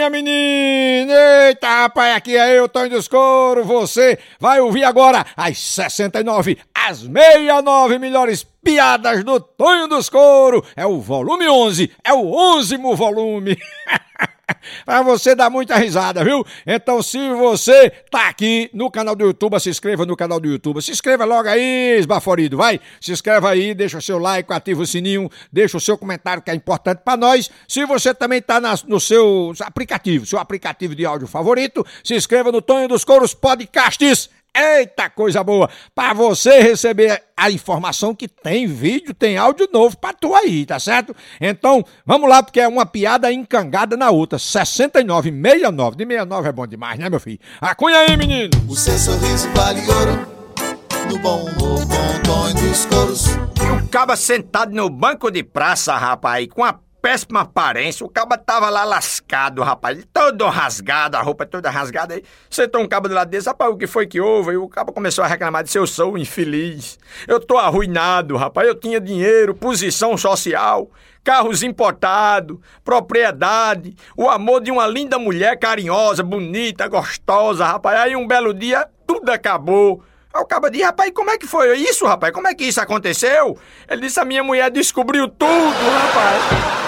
minha menina! Eita, rapaz, aqui é eu, Tonho dos Couro. Você vai ouvir agora às 69, às 69 melhores piadas do Tonho dos Couro. É o volume 11, é o 11º volume. Pra você dar muita risada, viu? Então, se você tá aqui no canal do YouTube, se inscreva no canal do YouTube. Se inscreva logo aí, esbaforido, vai? Se inscreva aí, deixa o seu like, ativa o sininho, deixa o seu comentário que é importante pra nós. Se você também tá no seu aplicativo de áudio favorito, se inscreva no Tonho dos Couros Podcasts. Eita, coisa boa! Pra você receber a informação que tem vídeo, tem áudio novo pra tu aí, tá certo? Então, vamos lá, porque é uma piada encangada na outra. 69, 69. De 69 é bom demais, né, meu filho? Acunha aí, menino! O seu sorriso vale ouro, no bom humor com o Tonho dos Couros. O caba sentado no banco de praça, rapaz, com a péssima aparência, o caba tava lá lascado, rapaz, todo rasgado, a roupa toda rasgada aí. Sentou um caba do lado desse, rapaz, o que foi que houve? E o caba começou a reclamar, disse: eu sou infeliz, eu tô arruinado, rapaz, eu tinha dinheiro, posição social, carros importados, propriedade, o amor de uma linda mulher carinhosa, bonita, gostosa, rapaz. Aí um belo dia, tudo acabou. Aí o caba disse: rapaz, como é que foi isso, rapaz? Como é que isso aconteceu? Ele disse: a minha mulher descobriu tudo, rapaz.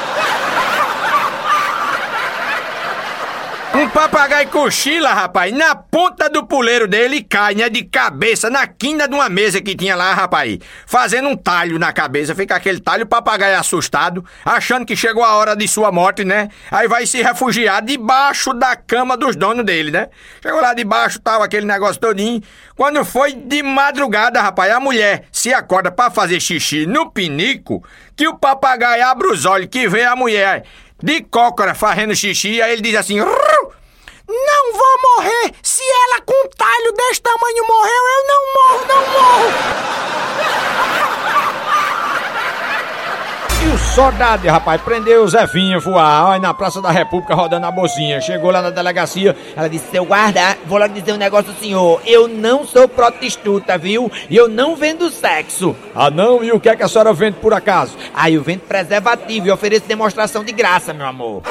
Um papagaio cochila, rapaz, na ponta do puleiro dele e cai, né, de cabeça na quina de uma mesa que tinha lá, rapaz, fazendo um talho na cabeça. Fica aquele talho, o papagaio assustado, achando que chegou a hora de sua morte, né? Aí vai se refugiar debaixo da cama dos donos dele, né? Chegou lá debaixo, tava aquele negócio todinho. Quando foi de madrugada, rapaz, a mulher se acorda pra fazer xixi no pinico, que o papagaio abre os olhos, que vê a mulher de cócora fazendo xixi. Aí ele diz assim: não vou morrer! Se ela com um talho desse tamanho morreu, eu não morro! E o soldado, rapaz, prendeu o Zefinha voar aí na Praça da República rodando a bolsinha. Chegou lá na delegacia, ela disse: seu guarda, vou lá dizer um negócio ao senhor. Eu não sou prostituta, viu? E eu não vendo sexo. Ah, não? E o que é que a senhora vende por acaso? Ah, eu vendo preservativo e ofereço demonstração de graça, meu amor.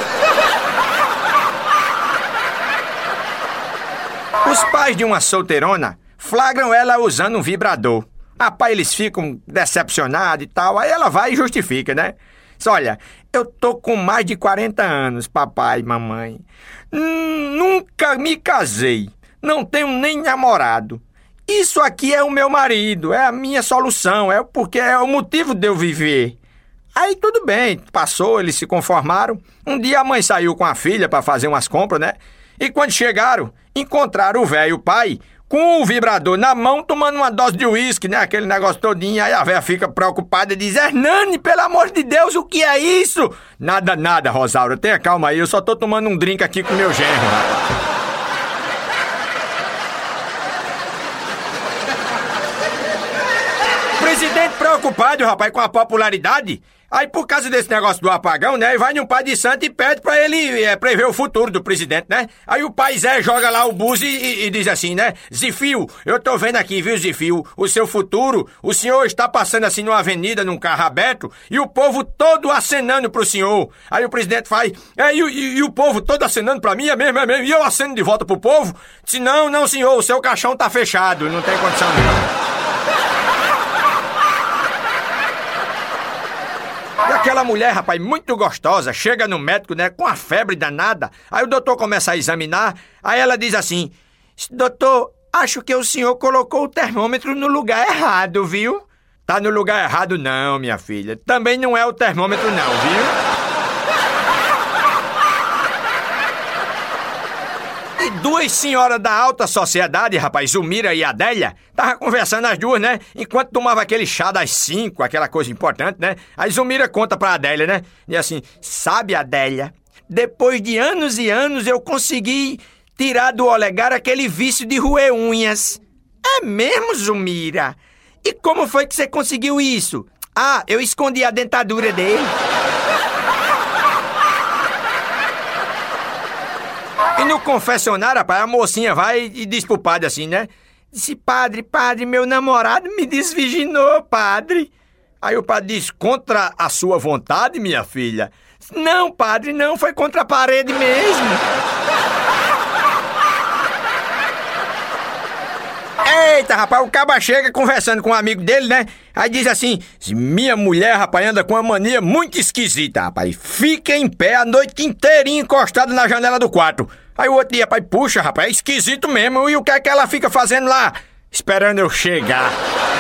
Os pais de uma solteirona flagram ela usando um vibrador. Rapaz, eles ficam decepcionados e tal, aí ela vai e justifica, né? Diz: olha, eu tô com mais de 40 anos, papai e mamãe. Nunca me casei, não tenho nem namorado. Isso aqui é o meu marido, é a minha solução, é porque é o motivo de eu viver. Aí tudo bem, passou, eles se conformaram. Um dia a mãe saiu com a filha para fazer umas compras, né? E quando chegaram, encontraram o velho pai com o vibrador na mão, tomando uma dose de uísque, né? Aquele negócio todinho. Aí a velha fica preocupada e diz: Hernani, pelo amor de Deus, o que é isso? Nada, Rosaura, tenha calma aí, eu só tô tomando um drink aqui com meu genro, rapaz. Presidente preocupado, rapaz, com a popularidade. Aí, por causa desse negócio do apagão, né, vai num pai de santo e pede pra ele prever o futuro do presidente, né? Aí o pai Zé joga lá o buzo e diz assim, né: Zifio, eu tô vendo aqui, viu, Zifio, o seu futuro, o senhor está passando assim numa avenida, num carro aberto, e o povo todo acenando pro senhor. Aí o presidente faz: e o povo todo acenando pra mim, é mesmo, e eu aceno de volta pro povo? Disse: não, senhor, o seu caixão tá fechado, não tem condição não. E aquela mulher, rapaz, muito gostosa, chega no médico, né, com a febre danada. Aí o doutor começa a examinar, aí ela diz assim: doutor, acho que o senhor colocou o termômetro no lugar errado, viu? Tá no lugar errado não, minha filha. Também não é o termômetro não, viu? E duas senhoras da alta sociedade, rapaz, Zumira e Adélia, tava conversando as duas, né? Enquanto tomava aquele chá das 5, aquela coisa importante, né? Aí Zumira conta pra Adélia, né? E assim: sabe, Adélia, depois de anos e anos eu consegui tirar do Olegário aquele vício de roer unhas. É mesmo, Zumira? E como foi que você conseguiu isso? Ah, eu escondi a dentadura dele. E no confessionário, rapaz, a mocinha vai e diz pro padre assim, né? Disse: padre, meu namorado me desvirginou, padre. Aí o padre diz: contra a sua vontade, minha filha? Não, padre, não, foi contra a parede mesmo. Eita, rapaz, o caba chega conversando com um amigo dele, né? Aí diz assim: minha mulher, rapaz, anda com uma mania muito esquisita, rapaz. Fica em pé a noite inteirinha encostada na janela do quarto. Aí o outro dia, rapaz, puxa, rapaz, é esquisito mesmo. E o que é que ela fica fazendo lá? Esperando eu chegar.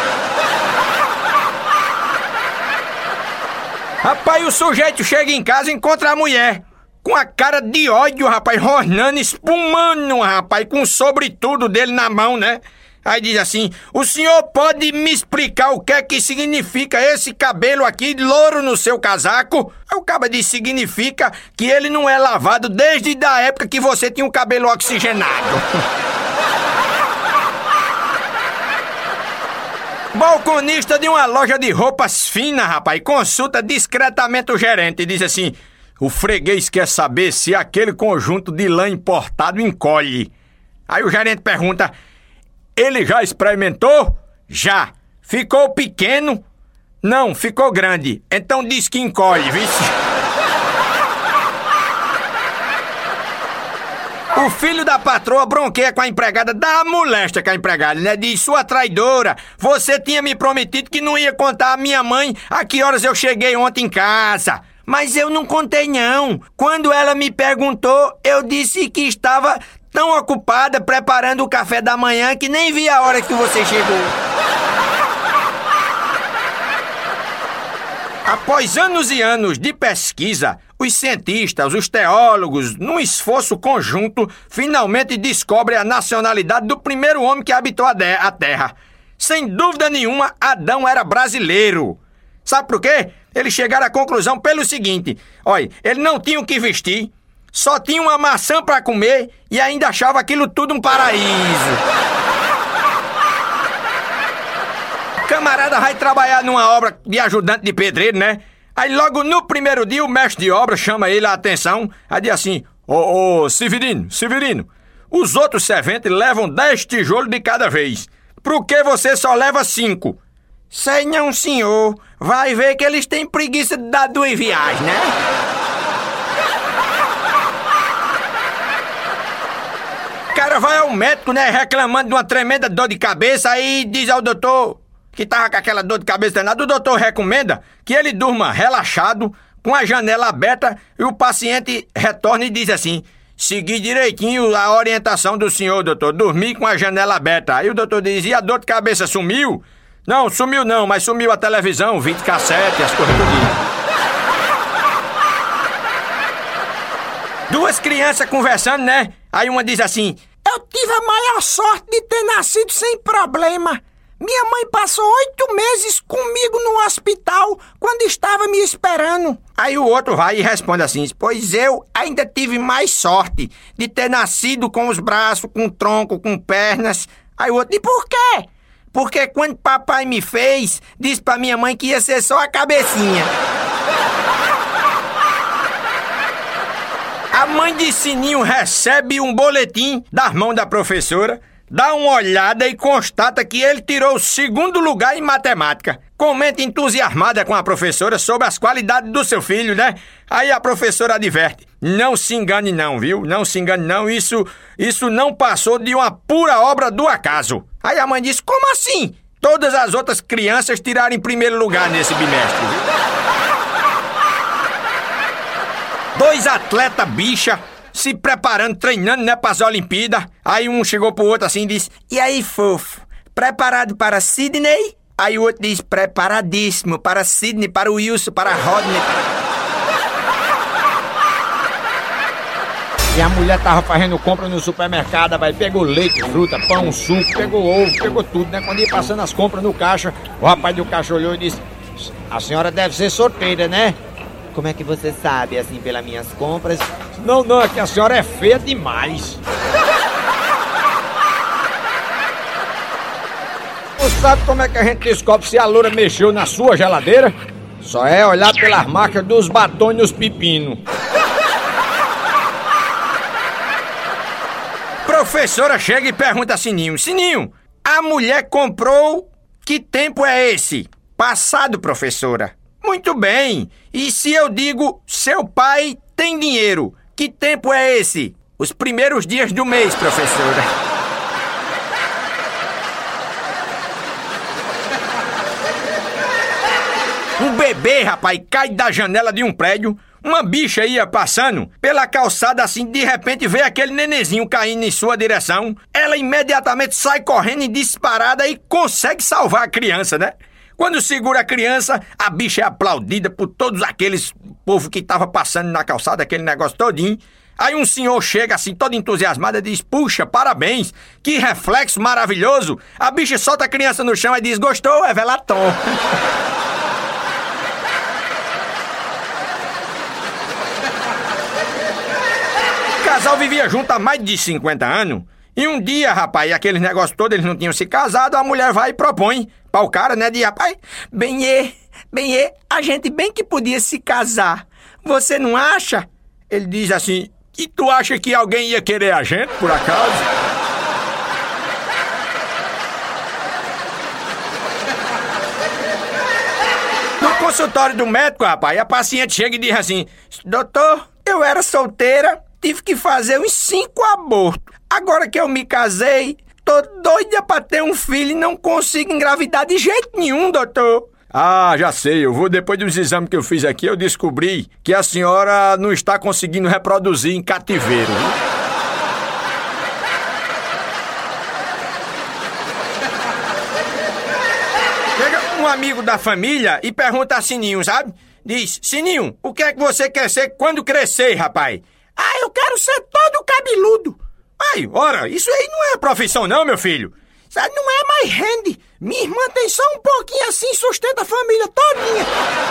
Rapaz, o sujeito chega em casa e encontra a mulher com a cara de ódio, rapaz, rosnando, espumando, rapaz, com o sobretudo dele na mão, né? Aí diz assim: o senhor pode me explicar o que é que significa esse cabelo aqui louro no seu casaco? Aí o cara diz: significa que ele não é lavado desde a época que você tinha o cabelo oxigenado. Balconista de uma loja de roupas finas, rapaz, consulta discretamente o gerente e diz assim: o freguês quer saber se aquele conjunto de lã importado encolhe. Aí o gerente pergunta: ele já experimentou? Já. Ficou pequeno? Não, ficou grande. Então diz que encolhe, viu? O filho da patroa bronqueia com a empregada, dá molesta com a empregada, né? Diz: sua traidora, você tinha me prometido que não ia contar à minha mãe a que horas eu cheguei ontem em casa. Mas eu não contei, não. Quando ela me perguntou, eu disse que estava tão ocupada preparando o café da manhã que nem vi a hora que você chegou. Após anos e anos de pesquisa, os cientistas, os teólogos, num esforço conjunto, finalmente descobrem a nacionalidade do primeiro homem que habitou a Terra. Sem dúvida nenhuma, Adão era brasileiro. Sabe por quê? Eles chegaram à conclusão pelo seguinte: olha, ele não tinha o que vestir, só tinha uma maçã para comer e ainda achava aquilo tudo um paraíso. O camarada vai trabalhar numa obra de ajudante de pedreiro, né? Aí logo no primeiro dia o mestre de obra chama ele a atenção, aí diz assim: ô Severino, os outros serventes levam 10 tijolos de cada vez. Por que você só leva 5? Sei não, senhor. Vai ver que eles têm preguiça de dar 2 viagens, né? O cara vai ao médico, né, reclamando de uma tremenda dor de cabeça, aí diz ao doutor que tava com aquela dor de cabeça danada. O doutor recomenda que ele durma relaxado, com a janela aberta, e o paciente retorna e diz assim: segui direitinho a orientação do senhor, doutor, dormir com a janela aberta. Aí o doutor diz: e a dor de cabeça sumiu? Não, sumiu não, mas sumiu a televisão, videocassete, as coisas tudinho. Duas crianças conversando, né? Aí uma diz assim: eu tive a maior sorte de ter nascido sem problema. Minha mãe passou 8 meses comigo no hospital quando estava me esperando. Aí o outro vai e responde assim: pois eu ainda tive mais sorte de ter nascido com os braços, com tronco, com pernas. Aí o outro: e por quê? Porque quando papai me fez, disse pra minha mãe que ia ser só a cabecinha. A mãe de Sininho recebe um boletim das mãos da professora, dá uma olhada e constata que ele tirou o 2º lugar em matemática. Comenta entusiasmada com a professora sobre as qualidades do seu filho, né? Aí a professora adverte: não se engane não, viu? Não se engane não, isso não passou de uma pura obra do acaso. Aí a mãe disse: como assim? Todas as outras crianças tiraram em primeiro lugar nesse bimestre, viu? 2 atletas bicha se preparando, treinando, né, para as Olimpíadas. Aí um chegou pro outro assim e disse: e aí, fofo, preparado para Sydney? Aí o outro diz: preparadíssimo para Sydney, para Wilson, para Rodney. E a mulher tava fazendo compra no supermercado, vai, pegou leite, fruta, pão, suco, pegou ovo, pegou tudo, né? Quando ia passando as compras no caixa, o rapaz do caixa olhou e disse: a senhora deve ser solteira, né? Como é que você sabe, assim, pelas minhas compras? Não, é que a senhora é feia demais. Você sabe como é que a gente descobre se a loura mexeu na sua geladeira? Só é olhar pelas marcas dos batons nos pepinos. Professora chega e pergunta a Sininho: Sininho, a mulher comprou, que tempo é esse? Passado, professora. Muito bem. E se eu digo, seu pai tem dinheiro, que tempo é esse? Os primeiros dias do mês, professora. Um bebê, rapaz, cai da janela de um prédio. Uma bicha ia passando pela calçada assim, de repente vê aquele nenenzinho caindo em sua direção. Ela imediatamente sai correndo e disparada e consegue salvar a criança, né? Quando segura a criança, a bicha é aplaudida por todos aqueles povo que tava passando na calçada, aquele negócio todinho. Aí um senhor chega assim, todo entusiasmado e diz, puxa, parabéns, que reflexo maravilhoso. A bicha solta a criança no chão e diz, gostou, é velatom. O casal vivia junto há mais de 50 anos. E um dia, rapaz, aqueles negócios todos, eles não tinham se casado, a mulher vai e propõe para o cara, né, de rapaz, a gente bem que podia se casar. Você não acha? Ele diz assim, e tu acha que alguém ia querer a gente, por acaso? No consultório do médico, rapaz, a paciente chega e diz assim, doutor, eu era solteira, tive que fazer uns 5 abortos. Agora que eu me casei, tô doida pra ter um filho e não consigo engravidar de jeito nenhum, doutor. Ah, já sei, depois dos exames que eu fiz aqui, eu descobri que a senhora não está conseguindo reproduzir em cativeiro. Chega um amigo da família e pergunta a Sininho, sabe? Diz, Sininho, o que é que você quer ser quando crescer, rapaz? Ah, eu quero ser todo cabeludo. Ai, ora, isso aí não é profissão não, meu filho. Isso aí não é, mais rende. Minha irmã tem só um pouquinho assim, sustenta a família todinha.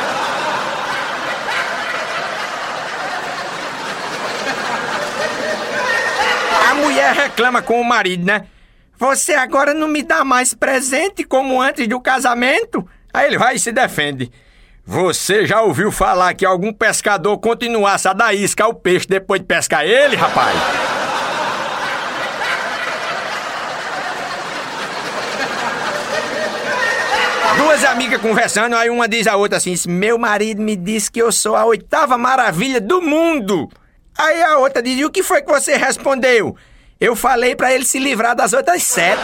A mulher reclama com o marido, né? Você agora não me dá mais presente como antes do casamento? Aí ele vai e se defende. Você já ouviu falar que algum pescador continuasse a dar isca ao peixe depois de pescar ele, rapaz? Duas amigas conversando, aí uma diz a outra assim, meu marido me disse que eu sou a 8ª maravilha do mundo. Aí a outra diz, e o que foi que você respondeu? Eu falei pra ele se livrar das outras 7.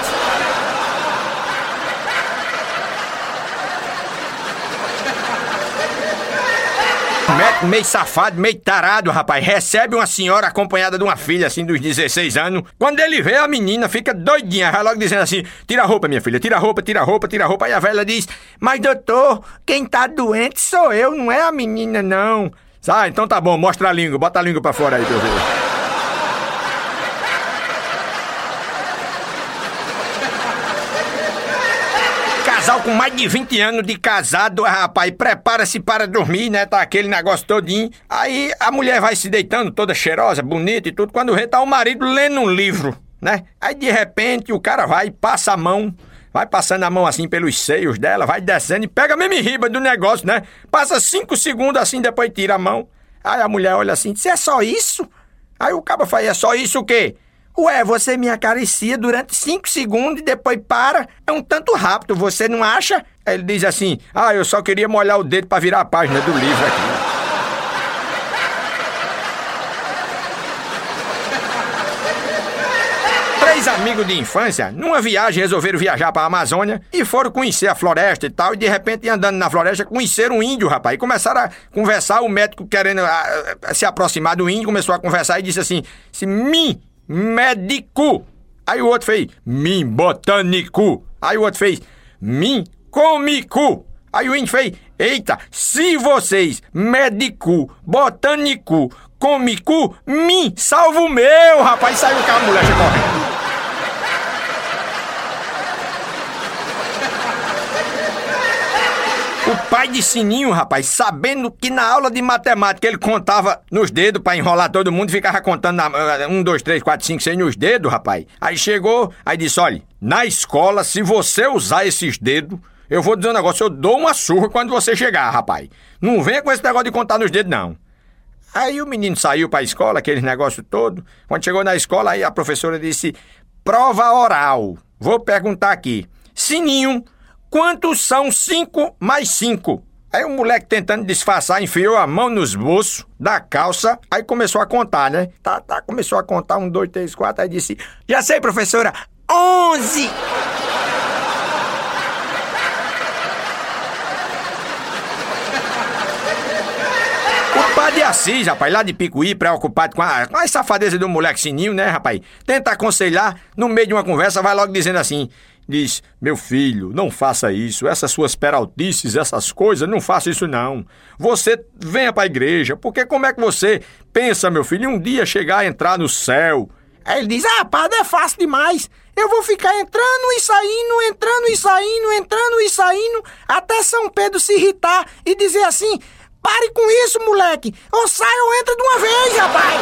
Médico meio safado, meio tarado, rapaz, recebe uma senhora acompanhada de uma filha, assim, dos 16 anos. Quando ele vê a menina, fica doidinha, vai logo dizendo assim, tira a roupa, minha filha, tira a roupa, tira a roupa, tira a roupa. Aí a velha diz, mas doutor, quem tá doente sou eu, não é a menina, não. Ah, então tá bom, mostra a língua, bota a língua pra fora aí pra eu ver. Casal com mais de 20 anos de casado, rapaz, prepara-se para dormir, né? Tá aquele negócio todinho. Aí a mulher vai se deitando, toda cheirosa, bonita e tudo. Quando vê, tá o marido lendo um livro, né? Aí de repente o cara vai e passa a mão, vai passando a mão assim pelos seios dela, vai descendo e pega mesmo em riba do negócio, né? Passa 5 segundos assim, depois tira a mão. Aí a mulher olha assim, diz, é só isso? Aí o cara fala, é só isso o quê? Ué, você me acaricia durante 5 segundos e depois para. É um tanto rápido, você não acha? Aí ele diz assim, eu só queria molhar o dedo pra virar a página do livro aqui. Três amigos de infância, numa viagem, resolveram viajar pra Amazônia e foram conhecer a floresta e tal, e de repente, andando na floresta, conheceram um índio, rapaz, e começaram a conversar, o médico querendo se aproximar do índio, começou a conversar e disse assim, médico. Aí o outro fez, botânico. Aí o outro fez, cômico. Aí o índio fez, eita, se vocês, médico, botânico, cômico, salva o meu, rapaz. Saiu com a mulher correndo. O pai de Sininho, rapaz, sabendo que na aula de matemática ele contava nos dedos pra enrolar todo mundo, ficava contando 1, 2, 3, 4, 5, 6 nos dedos, rapaz. Aí chegou, aí disse, olha, na escola, se você usar esses dedos, eu vou dizer um negócio, eu dou uma surra quando você chegar, rapaz. Não venha com esse negócio de contar nos dedos, não. Aí o menino saiu pra escola, aquele negócio todo. Quando chegou na escola, aí a professora disse, prova oral. Vou perguntar aqui, Sininho, quantos são 5 mais 5? Aí o moleque tentando disfarçar, enfiou a mão nos bolsos da calça, aí começou a contar, né? Começou a contar, 1, 2, 3, 4, aí disse, já sei, professora, 11! O padre Assis, rapaz, lá de Picuí, preocupado com a safadeza do moleque Sininho, né, rapaz? Tenta aconselhar, no meio de uma conversa, vai logo dizendo assim... Diz, meu filho, não faça isso, essas suas peraltices, essas coisas, não faça isso não. Você venha pra igreja, porque como é que você pensa, meu filho, um dia chegar a entrar no céu? Aí ele diz, padre, é fácil demais. Eu vou ficar entrando e saindo, entrando e saindo, entrando e saindo, até São Pedro se irritar e dizer assim, pare com isso, moleque, ou sai ou entra de uma vez, rapaz.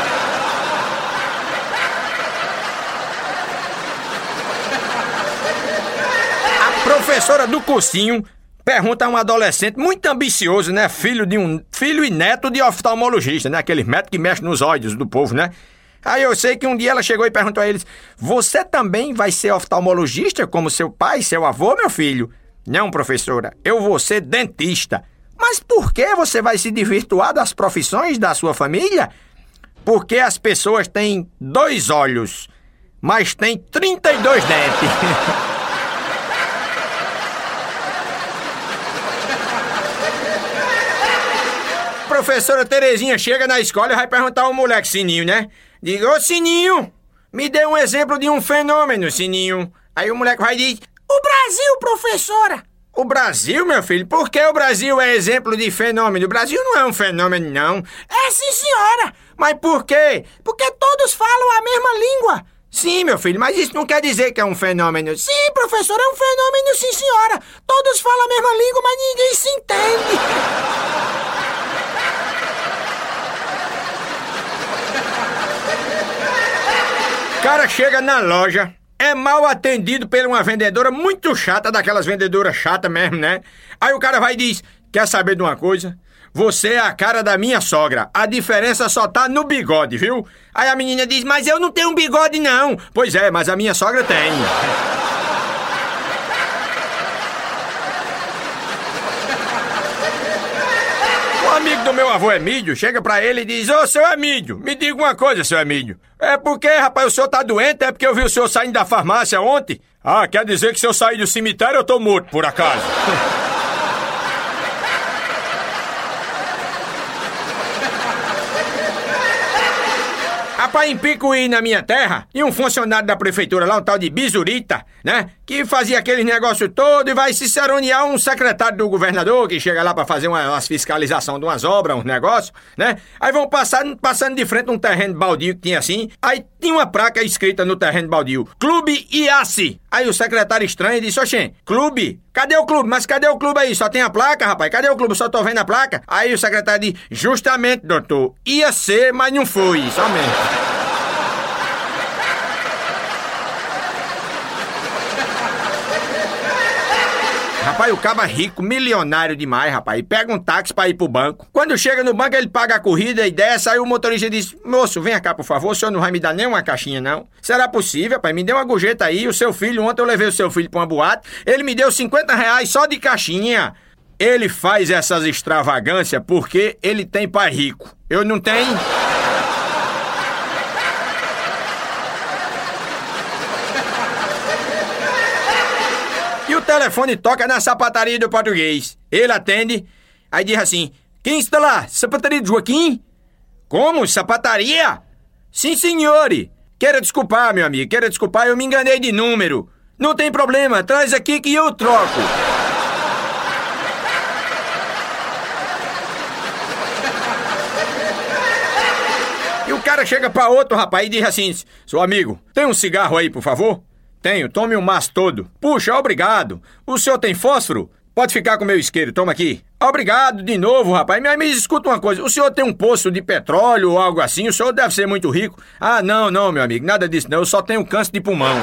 Professora do cursinho pergunta a um adolescente muito ambicioso, né? Filho e neto de oftalmologista, né? Aquele médico que mexe nos olhos do povo, né? Aí eu sei que um dia ela chegou e perguntou a eles, você também vai ser oftalmologista como seu pai, seu avô, meu filho? Não, professora, eu vou ser dentista. Mas por que você vai se desvirtuar das profissões da sua família? Porque as pessoas têm 2 olhos, mas têm 32 dentes. Professora Terezinha chega na escola e vai perguntar ao moleque Sininho, né? Diga, ô Sininho, me dê um exemplo de um fenômeno, Sininho. Aí o moleque vai dizer, o Brasil, professora. O Brasil, meu filho? Por que o Brasil é exemplo de fenômeno? O Brasil não é um fenômeno, não. É sim, senhora. Mas por quê? Porque todos falam a mesma língua. Sim, meu filho, mas isso não quer dizer que é um fenômeno. Sim, professor, é um fenômeno, sim, senhora. Todos falam a mesma língua, mas ninguém se entende. O cara chega na loja, é mal atendido por uma vendedora muito chata, daquelas vendedoras chatas mesmo, né? Aí o cara vai e diz, quer saber de uma coisa? Você é a cara da minha sogra, a diferença só tá no bigode, viu? Aí a menina diz, mas eu não tenho bigode não. Pois é, mas a minha sogra tem. Um amigo do meu avô Emílio chega pra ele e diz, ô, seu Emílio, me diga uma coisa, seu Emílio. É porque, rapaz, o senhor tá doente? É porque eu vi o senhor saindo da farmácia ontem? Ah, quer dizer que se eu sair do cemitério eu tô morto, por acaso? Rapaz, em Picuí, na minha terra, e um funcionário da prefeitura lá, um tal de Bizurita, né? Que fazia aquele negócio todo e vai ciceronear um secretário do governador que chega lá pra fazer umas fiscalização de umas obras, uns negócios, né? Aí vão passando de frente um terreno baldio que tinha assim, aí tinha uma placa escrita no terreno baldio, Clube IACI. Aí o secretário estranho disse, oxê, clube? Cadê o clube? Mas cadê o clube aí? Só tem a placa, rapaz? Cadê o clube? Só tô vendo a placa. Aí o secretário disse, justamente, doutor, ia ser, mas não foi, somente. Rapaz, o caba rico, milionário demais, rapaz, e pega um táxi pra ir pro banco. Quando chega no banco, ele paga a corrida e desce, aí o motorista diz, moço, venha cá, por favor, o senhor não vai me dar nem uma caixinha, não? Será possível, rapaz? Me dê uma gorjeta aí, o seu filho, ontem eu levei o seu filho pra uma boate, ele me deu R$50 só de caixinha. Ele faz essas extravagâncias porque ele tem pai rico. Eu não tenho... E o telefone toca na sapataria do português. Ele atende, aí diz assim, quem está lá? Sapataria do Joaquim? Como? Sapataria? Sim, senhor. Queira desculpar, meu amigo, queira desculpar, eu me enganei de número. Não tem problema, traz aqui que eu troco. E o cara chega pra outro rapaz e diz assim, seu amigo, tem um cigarro aí, por favor? Tenho, tome um maço todo. Puxa, obrigado. O senhor tem fósforo? Pode ficar com o meu isqueiro, toma aqui. Obrigado de novo, rapaz. Mas me escuta uma coisa, o senhor tem um poço de petróleo ou algo assim? O senhor deve ser muito rico. Ah, não, meu amigo, nada disso não, eu só tenho câncer de pulmão.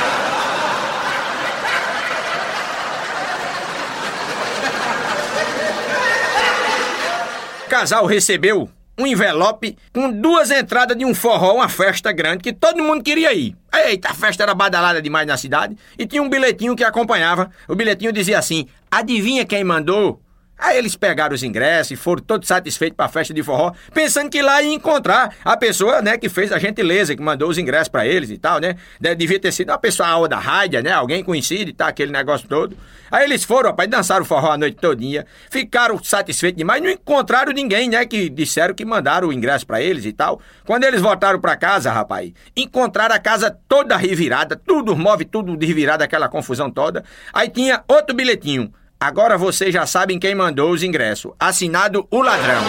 O casal recebeu um envelope com 2 entradas de um forró, uma festa grande, que todo mundo queria ir. Eita, a festa era badalada demais na cidade, e tinha um bilhetinho que acompanhava. O bilhetinho dizia assim, adivinha quem mandou? Aí eles pegaram os ingressos e foram todos satisfeitos pra festa de forró, pensando que lá ia encontrar a pessoa, né, que fez a gentileza, que mandou os ingressos pra eles e tal, né? Devia ter sido uma pessoa da rádio, né? Alguém conhecido e tal, aquele negócio todo. Aí eles foram, rapaz, dançaram o forró a noite todinha, ficaram satisfeitos demais, não encontraram ninguém, né, que disseram que mandaram o ingresso pra eles e tal. Quando eles voltaram pra casa, rapaz, encontraram a casa toda revirada, tudo móvel, tudo revirado, aquela confusão toda. Aí tinha outro bilhetinho. Agora vocês já sabem quem mandou os ingressos. Assinado o ladrão.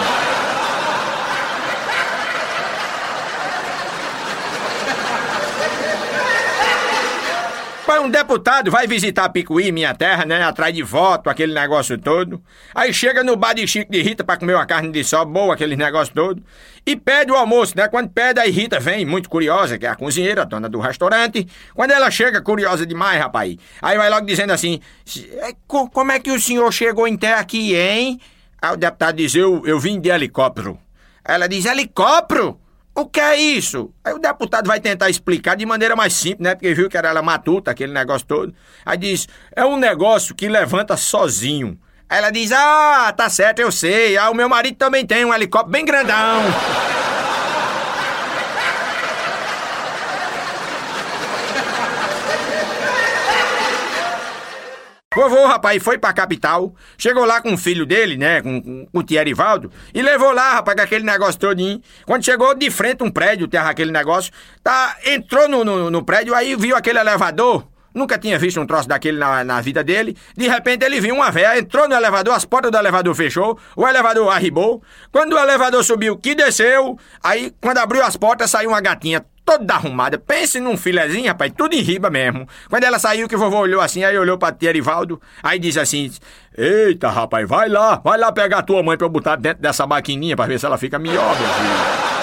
Um deputado vai visitar Picuí, minha terra, né? Atrás de voto, aquele negócio todo. Aí chega no bar de Chico de Rita pra comer uma carne de sol boa, aquele negócio todo. E pede o almoço, né? Quando pede, aí Rita vem, muito curiosa, que é a cozinheira, a dona do restaurante. Quando ela chega, curiosa demais, rapaz. Aí vai logo dizendo assim: como é que o senhor chegou até aqui, hein? Aí o deputado diz: eu vim de helicóptero. Aí ela diz: helicóptero? O que é isso? Aí o deputado vai tentar explicar de maneira mais simples, né? Porque viu que era ela matuta, aquele negócio todo. Aí diz: é um negócio que levanta sozinho. Aí ela diz: ah, tá certo, eu sei. Ah, o meu marido também tem um helicóptero bem grandão. Vovô, rapaz, foi pra capital, chegou lá com o filho dele, né, com o tio Erivaldo, e levou lá, rapaz, com aquele negócio todinho. Quando chegou de frente um prédio, terra aquele negócio, entrou no prédio, aí viu aquele elevador. Nunca tinha visto um troço daquele na vida dele. De repente ele viu uma véia, entrou no elevador, as portas do elevador fechou, o elevador arribou. Quando o elevador subiu, que desceu, aí quando abriu as portas saiu uma gatinha toda arrumada. Pense num filezinho, rapaz, tudo em riba mesmo. Quando ela saiu, que o vovô olhou assim, aí olhou pra tia Erivaldo, aí disse assim: eita, rapaz, vai lá pegar a tua mãe pra eu botar dentro dessa maquininha pra ver se ela fica melhor, meu filho.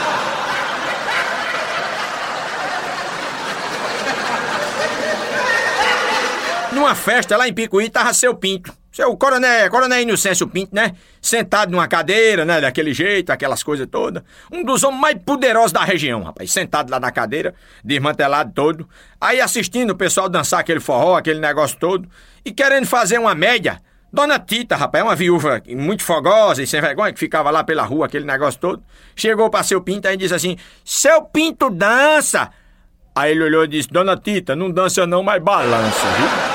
Numa festa lá em Picuí tava seu Pinto. Seu coronel Inocêncio Pinto, né? Sentado numa cadeira, né? Daquele jeito, aquelas coisas todas. Um dos homens mais poderosos da região, rapaz. Sentado lá na cadeira, desmantelado todo. Aí assistindo o pessoal dançar aquele forró, aquele negócio todo. E querendo fazer uma média. Dona Tita, rapaz, uma viúva muito fogosa e sem vergonha, que ficava lá pela rua, aquele negócio todo. Chegou pra seu Pinto e disse assim: seu Pinto dança! Aí ele olhou e disse: dona Tita, não dança não, mas balança, viu?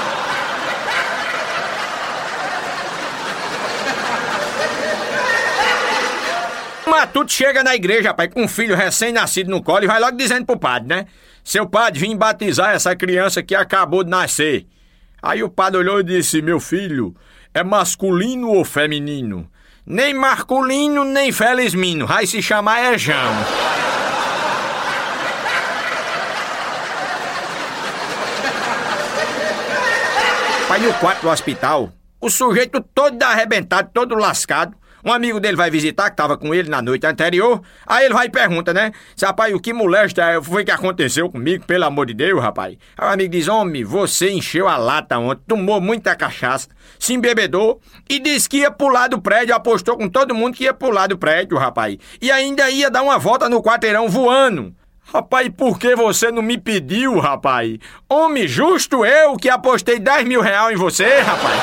Matuto chega na igreja, rapaz, com um filho recém-nascido no colo e vai logo dizendo pro padre, né? Seu padre, vim batizar essa criança que acabou de nascer. Aí o padre olhou e disse: meu filho, é masculino ou feminino? Nem masculino, nem felizmino, vai se chamar é João. Pai, no quarto do hospital, o sujeito todo arrebentado, todo lascado. Um amigo dele vai visitar, que tava com ele na noite anterior. Aí ele vai e pergunta, né? Rapaz, o que molesta foi que aconteceu comigo, pelo amor de Deus, rapaz? Aí o amigo diz: homem, você encheu a lata ontem, tomou muita cachaça, se embebedou e disse que ia pular do prédio, apostou com todo mundo que ia pular do prédio, rapaz. E ainda ia dar uma volta no quarteirão voando. Rapaz, por que você não me pediu, rapaz? Homem, justo eu que apostei 10 mil reais em você, rapaz.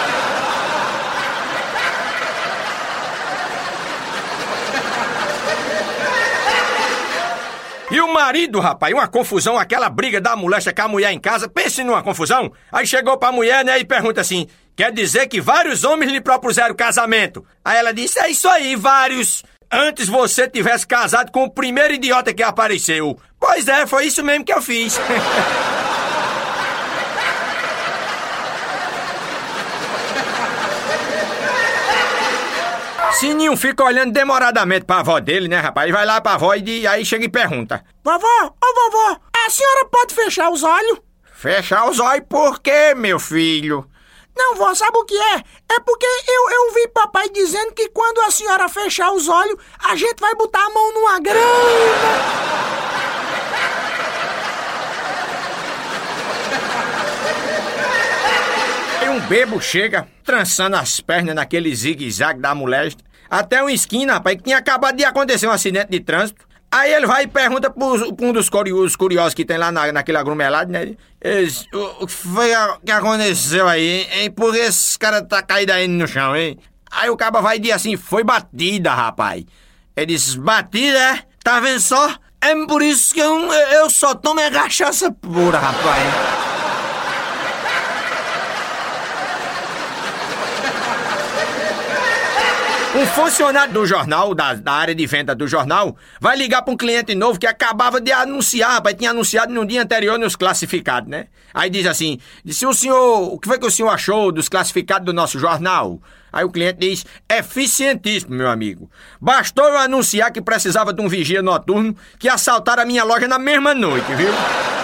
E o marido, rapaz, uma confusão, aquela briga da moléstia com a mulher em casa, pense numa confusão. Aí chegou pra mulher, né, e pergunta assim: quer dizer que vários homens lhe propuseram casamento? Aí ela disse: é isso aí, vários. Antes você tivesse casado com o primeiro idiota que apareceu. Pois é, foi isso mesmo que eu fiz. Sininho fica olhando demoradamente pra avó dele, né, rapaz? E vai lá pra avó e aí chega e pergunta: vovó, vovó, a senhora pode fechar os olhos? Fechar os olhos por quê, meu filho? Não, vó, sabe o que é? É porque eu vi papai dizendo que quando a senhora fechar os olhos, a gente vai botar a mão numa grana. Aí um bebo chega, trançando as pernas naquele zigue-zague da moléstia, até uma esquina, rapaz, que tinha acabado de acontecer um acidente de trânsito. Aí ele vai e pergunta pra um dos curiosos que tem lá naquele aglomerado, né? O que foi que aconteceu aí, hein? Por que esse cara tá caído aí no chão, hein? Aí o caba vai e diz assim, foi batida, rapaz. Ele diz, batida, é? Tá vendo só? É por isso que eu só tomo é cachaça pura, rapaz. Um funcionário do jornal, da área de venda do jornal, vai ligar para um cliente novo que acabava de anunciar, rapaz, tinha anunciado no dia anterior nos classificados, né? Aí diz assim, o que foi que o senhor achou dos classificados do nosso jornal? Aí o cliente diz, eficientíssimo, meu amigo. Bastou eu anunciar que precisava de um vigia noturno que assaltaram a minha loja na mesma noite, viu?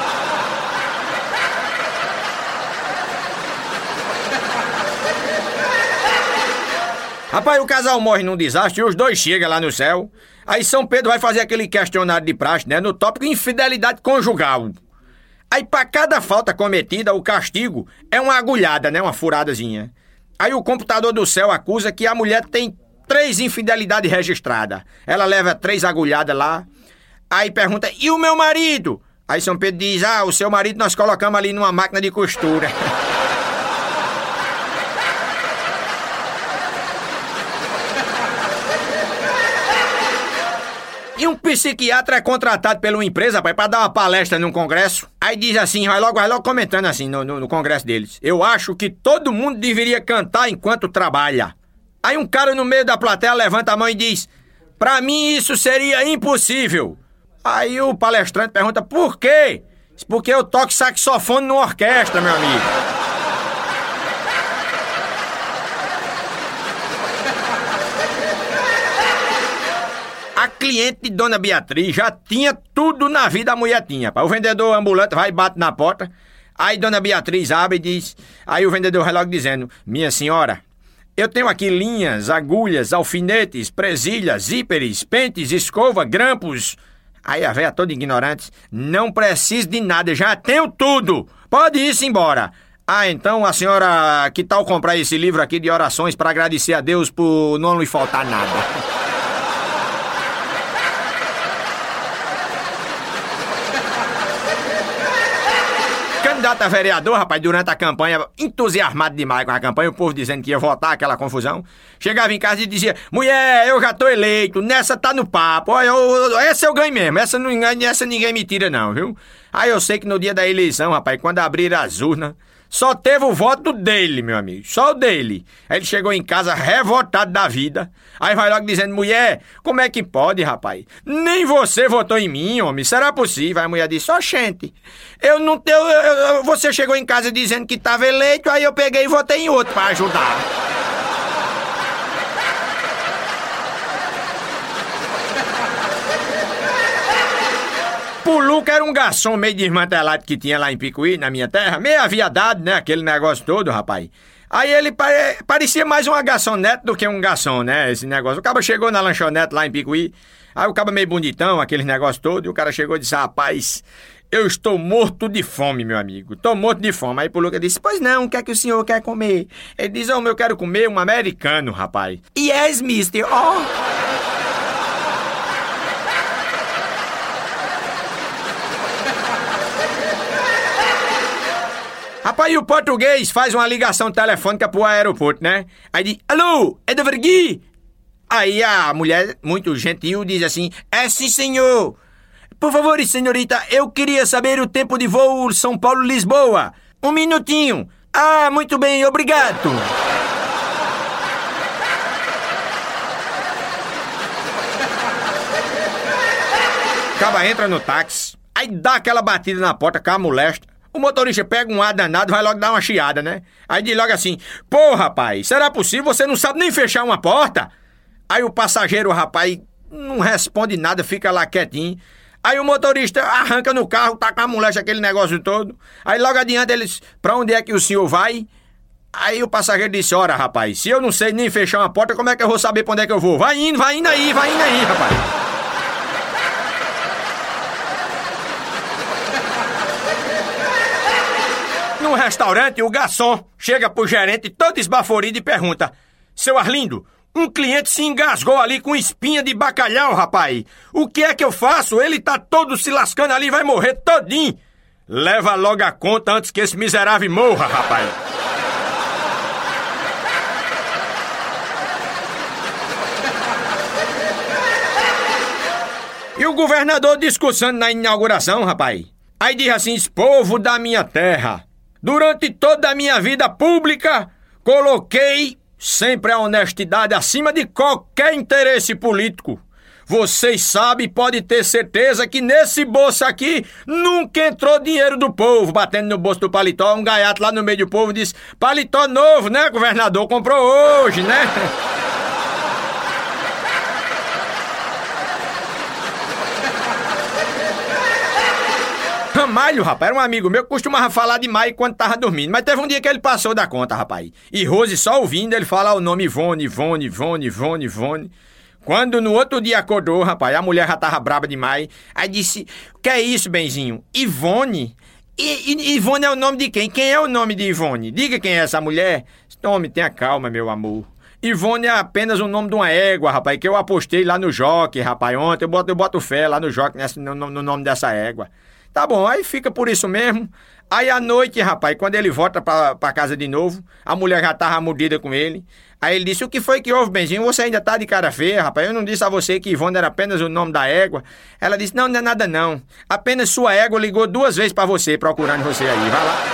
Rapaz, o casal morre num desastre e os dois chegam lá no céu. Aí São Pedro vai fazer aquele questionário de praxe, né? No tópico infidelidade conjugal. Aí pra cada falta cometida, o castigo é uma agulhada, né? Uma furadazinha. Aí o computador do céu acusa que a mulher tem 3 infidelidades registradas. Ela leva 3 agulhadas lá. Aí pergunta, e o meu marido? Aí São Pedro diz, o seu marido nós colocamos ali numa máquina de costura. E um psiquiatra é contratado pela uma empresa, rapaz, pra dar uma palestra num congresso. Aí diz assim, vai logo comentando assim no congresso deles. Eu acho que todo mundo deveria cantar enquanto trabalha. Aí um cara no meio da plateia levanta a mão e diz, pra mim isso seria impossível. Aí o palestrante pergunta, por quê? Porque eu toco saxofone numa orquestra, meu amigo. A cliente de Dona Beatriz já tinha tudo na vida, a mulher tinha. O vendedor ambulante vai e bate na porta. Aí Dona Beatriz abre e diz... Aí o vendedor vai logo dizendo... Minha senhora, eu tenho aqui linhas, agulhas, alfinetes, presilhas, zíperes, pentes, escova, grampos... Aí a véia toda ignorante... Não preciso de nada, já tenho tudo. Pode ir-se embora. Então a senhora... Que tal comprar esse livro aqui de orações para agradecer a Deus por não lhe faltar nada? Candidato a vereador, rapaz, durante a campanha, entusiasmado demais com a campanha, o povo dizendo que ia votar, aquela confusão. Chegava em casa e dizia, mulher, eu já tô eleito, nessa tá no papo, essa eu ganho mesmo, essa não engano, essa ninguém me tira não, viu? Aí eu sei que no dia da eleição, rapaz, quando abriram as urnas, só teve o voto dele, meu amigo, só o dele. Aí ele chegou em casa revoltado da vida. Aí vai logo dizendo, mulher, como é que pode, rapaz? Nem você votou em mim, homem, será possível? Aí a mulher disse, gente, eu não tenho... Você chegou em casa dizendo que estava eleito, aí eu peguei e votei em outro pra ajudar. Puluca era um garçom meio desmantelado que tinha lá em Picuí, na minha terra, meio aviadado, né, aquele negócio todo, rapaz. Aí ele parecia mais uma garçonete do que um garçom, né, esse negócio. O cara chegou na lanchonete lá em Picuí, aí o cara meio bonitão, aquele negócio todo, e o cara chegou e disse, rapaz, eu estou morto de fome, meu amigo, estou morto de fome. Aí Puluca disse, pois não, o que é que o senhor quer comer? Ele diz, eu quero comer um americano, rapaz. Yes, mister, Rapaz, e o português faz uma ligação telefônica pro aeroporto, né? Aí diz, alô, é da Vergui? Aí a mulher, muito gentil, diz assim, é sim, senhor. Por favor, senhorita, eu queria saber o tempo de voo São Paulo-Lisboa. 1 minutinho. Ah, muito bem, obrigado. Acaba, entra no táxi, aí dá aquela batida na porta, com a molesta. O motorista pega um ar danado, vai logo dar uma chiada, né? Aí diz logo assim, pô, rapaz, será possível? Você não sabe nem fechar uma porta? Aí o passageiro, rapaz, não responde nada, fica lá quietinho. Aí o motorista arranca no carro, tá com a molesta, aquele negócio todo. Aí logo adiante eles, pra onde é que o senhor vai? Aí o passageiro disse, ora, rapaz, se eu não sei nem fechar uma porta, como é que eu vou saber pra onde é que eu vou? Vai indo aí, rapaz. Num restaurante, o garçom chega pro gerente todo esbaforido e pergunta, seu Arlindo, um cliente se engasgou ali com espinha de bacalhau, rapaz. O que é que eu faço? Ele tá todo se lascando ali, vai morrer todinho. Leva logo a conta antes que esse miserável morra, rapaz. E o governador discursando na inauguração, rapaz. Aí diz assim: povo da minha terra, durante toda a minha vida pública, coloquei sempre a honestidade acima de qualquer interesse político. Vocês sabem, pode ter certeza que nesse bolso aqui nunca entrou dinheiro do povo. Batendo no bolso do paletó, um gaiato lá no meio do povo disse: paletó novo, né, governador? Comprou hoje, né? Ramalho, rapaz, era um amigo meu que costumava falar de Maio quando tava dormindo. Mas teve um dia que ele passou da conta, rapaz. E Rose só ouvindo ele falar o nome Ivone, Ivone, Ivone, Ivone, Ivone. Quando no outro dia acordou, rapaz, a mulher já tava braba demais. Aí disse: o que é isso, benzinho? Ivone? Ivone é o nome de quem? Quem é o nome de Ivone? Diga quem é essa mulher. Homem, tenha calma, meu amor. Ivone é apenas o nome de uma égua, rapaz, que eu apostei lá no Jockey, rapaz, ontem. Eu boto fé lá no Jockey, no nome dessa égua. Tá bom, aí fica por isso mesmo. Aí à noite, rapaz, quando ele volta pra casa de novo, a mulher já tava mordida com ele. Aí ele disse: o que foi que houve, benzinho? Você ainda tá de cara feia, rapaz. Eu não disse a você que Ivone era apenas o nome da égua. Ela disse: não, não é nada não. Apenas sua égua ligou 2 vezes pra você, procurando você aí. Vai lá.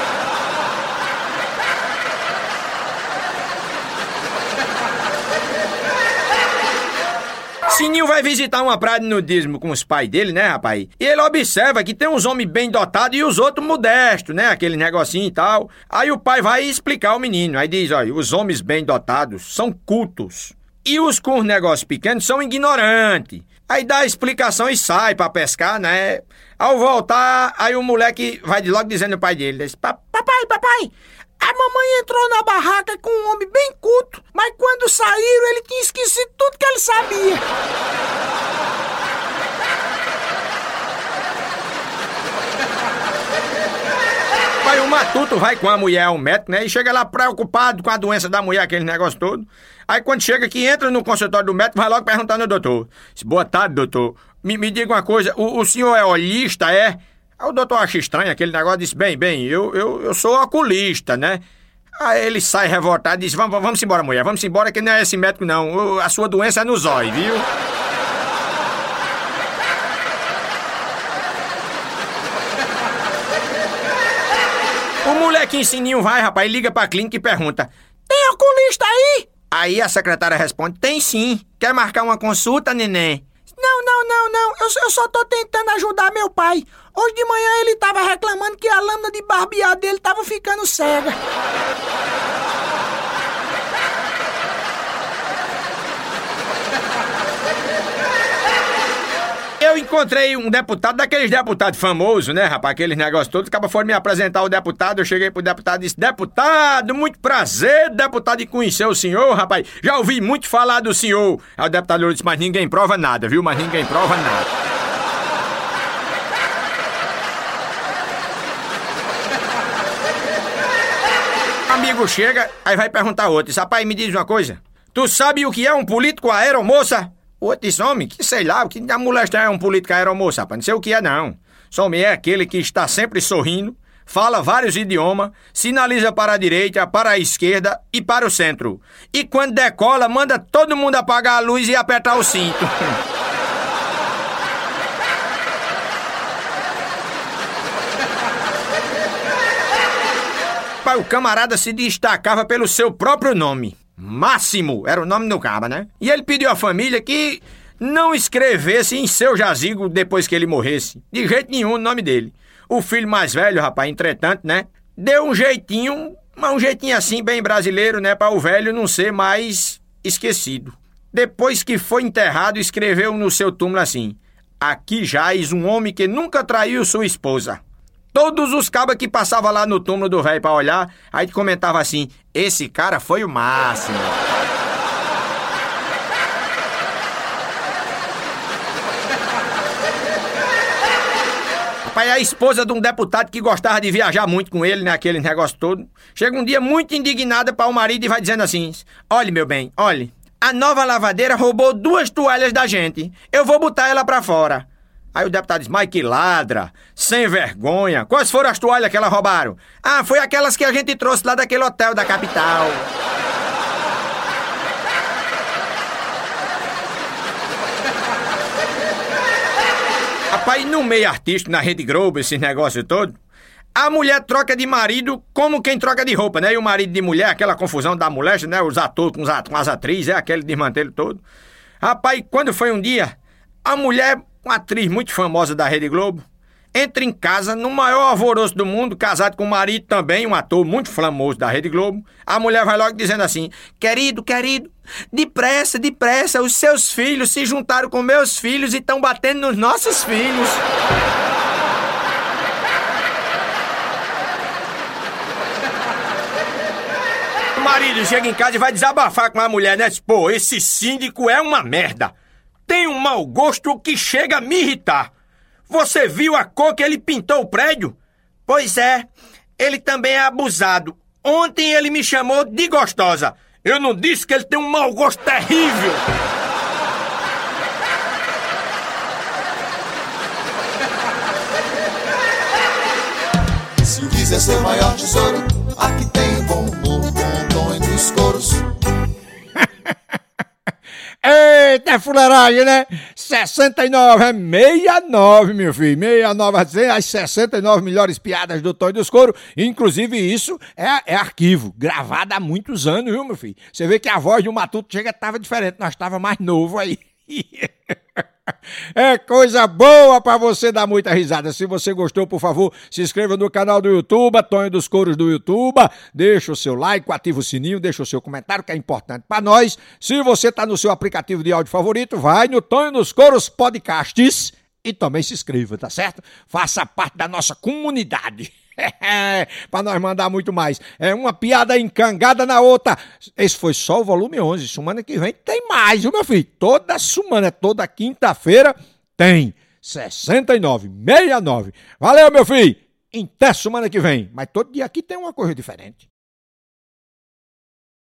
Sininho vai visitar uma praia de nudismo com os pais dele, né, rapaz? E ele observa que tem uns homens bem dotados e os outros modestos, né? Aquele negocinho e tal. Aí o pai vai explicar ao menino. Aí diz: olha, os homens bem dotados são cultos. E os com os negócios pequenos são ignorantes. Aí dá a explicação e sai pra pescar, né? Ao voltar, aí o moleque vai logo dizendo ao pai dele: diz: Papai, a mamãe entrou na barraca com um homem bem culto, mas quando saíram ele tinha esquecido tudo que ele sabia. Aí o matuto vai com a mulher ao médico, né? E chega lá preocupado com a doença da mulher, aquele negócio todo. Aí quando chega aqui, entra no consultório do médico, vai logo perguntando ao doutor: boa tarde, doutor. Me diga uma coisa, o senhor é olhista, é? Aí o doutor acha estranho aquele negócio, disse: bem, eu sou oculista, né? Aí ele sai revoltado e diz: vamos embora, mulher, vamos embora, que não é esse médico não, a sua doença é no zóio, viu? O molequinho Sininho vai, rapaz, liga pra clínica e pergunta: tem oculista aí? Aí a secretária responde: tem sim, quer marcar uma consulta, neném? Não, eu só tô tentando ajudar meu pai. Hoje de manhã ele tava reclamando que a lâmina de barbear dele tava ficando cega. Eu encontrei um deputado, daqueles deputados famosos, né, rapaz? Aqueles negócios todos. Acaba foram me apresentar o deputado. Eu cheguei pro deputado e disse: deputado, muito prazer, deputado, de conhecer o senhor, rapaz. Já ouvi muito falar do senhor. Aí o deputado disse: mas ninguém prova nada, viu? Mas ninguém prova nada. Amigo chega, aí vai perguntar outro. Diz: rapaz, me diz uma coisa. Tu sabe o que é um político aeromoça? O outro disse: homem, que sei lá, o que a molesta é um político aeromoça, rapaz? Não sei o que é, não. Só homem é aquele que está sempre sorrindo, fala vários idiomas, sinaliza para a direita, para a esquerda e para o centro. E quando decola, manda todo mundo apagar a luz e apertar o cinto. Pai, o camarada se destacava pelo seu próprio nome. Máximo era o nome do caba, né? E ele pediu à família que não escrevesse em seu jazigo depois que ele morresse. De jeito nenhum o nome dele. O filho mais velho, rapaz, entretanto, né? Deu um jeitinho assim bem brasileiro, né? Para o velho não ser mais esquecido. Depois que foi enterrado, escreveu no seu túmulo assim: aqui jaz um homem que nunca traiu sua esposa. Todos os cabas que passavam lá no túmulo do velho pra olhar, aí comentava assim: esse cara foi o máximo. Rapaz, a esposa de um deputado que gostava de viajar muito com ele, né, aquele negócio todo, chega um dia muito indignada para o marido e vai dizendo assim: olhe, meu bem, olhe, a nova lavadeira roubou 2 toalhas da gente, eu vou botar ela pra fora. Aí o deputado diz: mas que ladra, sem vergonha. Quais foram as toalhas que ela roubaram? Ah, foi aquelas que a gente trouxe lá daquele hotel da capital. Rapaz, no meio artístico, na Rede Globo, esses negócios todos, a mulher troca de marido como quem troca de roupa, né? E o marido de mulher, aquela confusão da moléstia, né? Os atores com as atrizes, aquele desmantelo todo. Rapaz, quando foi um dia, a mulher, uma atriz muito famosa da Rede Globo, entra em casa no maior alvoroço do mundo, casado com o marido também, um ator muito famoso da Rede Globo. A mulher vai logo dizendo assim: querido, depressa, os seus filhos se juntaram com meus filhos e estão batendo nos nossos filhos. O marido chega em casa e vai desabafar com a mulher, né? Pô, esse síndico é uma merda. Tem um mau gosto que chega a me irritar. Você viu a cor que ele pintou o prédio? Pois é, ele também é abusado. Ontem ele me chamou de gostosa. Eu não disse que ele tem um mau gosto terrível. Se o quiser ser maior tesouro, aqui tem o bom humor com Tonho dos Couros. Eita, fuleiragem, né? 69 é 69, meu filho. 69, as 69 melhores piadas do Tonho dos Couros. Inclusive, isso é arquivo, gravado há muitos anos, viu, meu filho? Você vê que a voz do Matuto tava diferente, nós tava mais novo aí. É coisa boa pra você dar muita risada. Se você gostou, por favor, se inscreva no canal do YouTube, Tonho dos Couros do YouTube. Deixa o seu like, ativa o sininho, deixa o seu comentário, que é importante pra nós. Se você tá no seu aplicativo de áudio favorito, vai no Tonho dos Couros Podcasts e também se inscreva, tá certo? Faça parte da nossa comunidade. Pra nós mandar muito mais. É uma piada encangada na outra. Esse foi só o volume 11. Semana que vem tem mais, viu, meu filho? Toda semana, toda quinta-feira tem 69, 69. Valeu, meu filho. Até semana que vem. Mas todo dia aqui tem uma coisa diferente.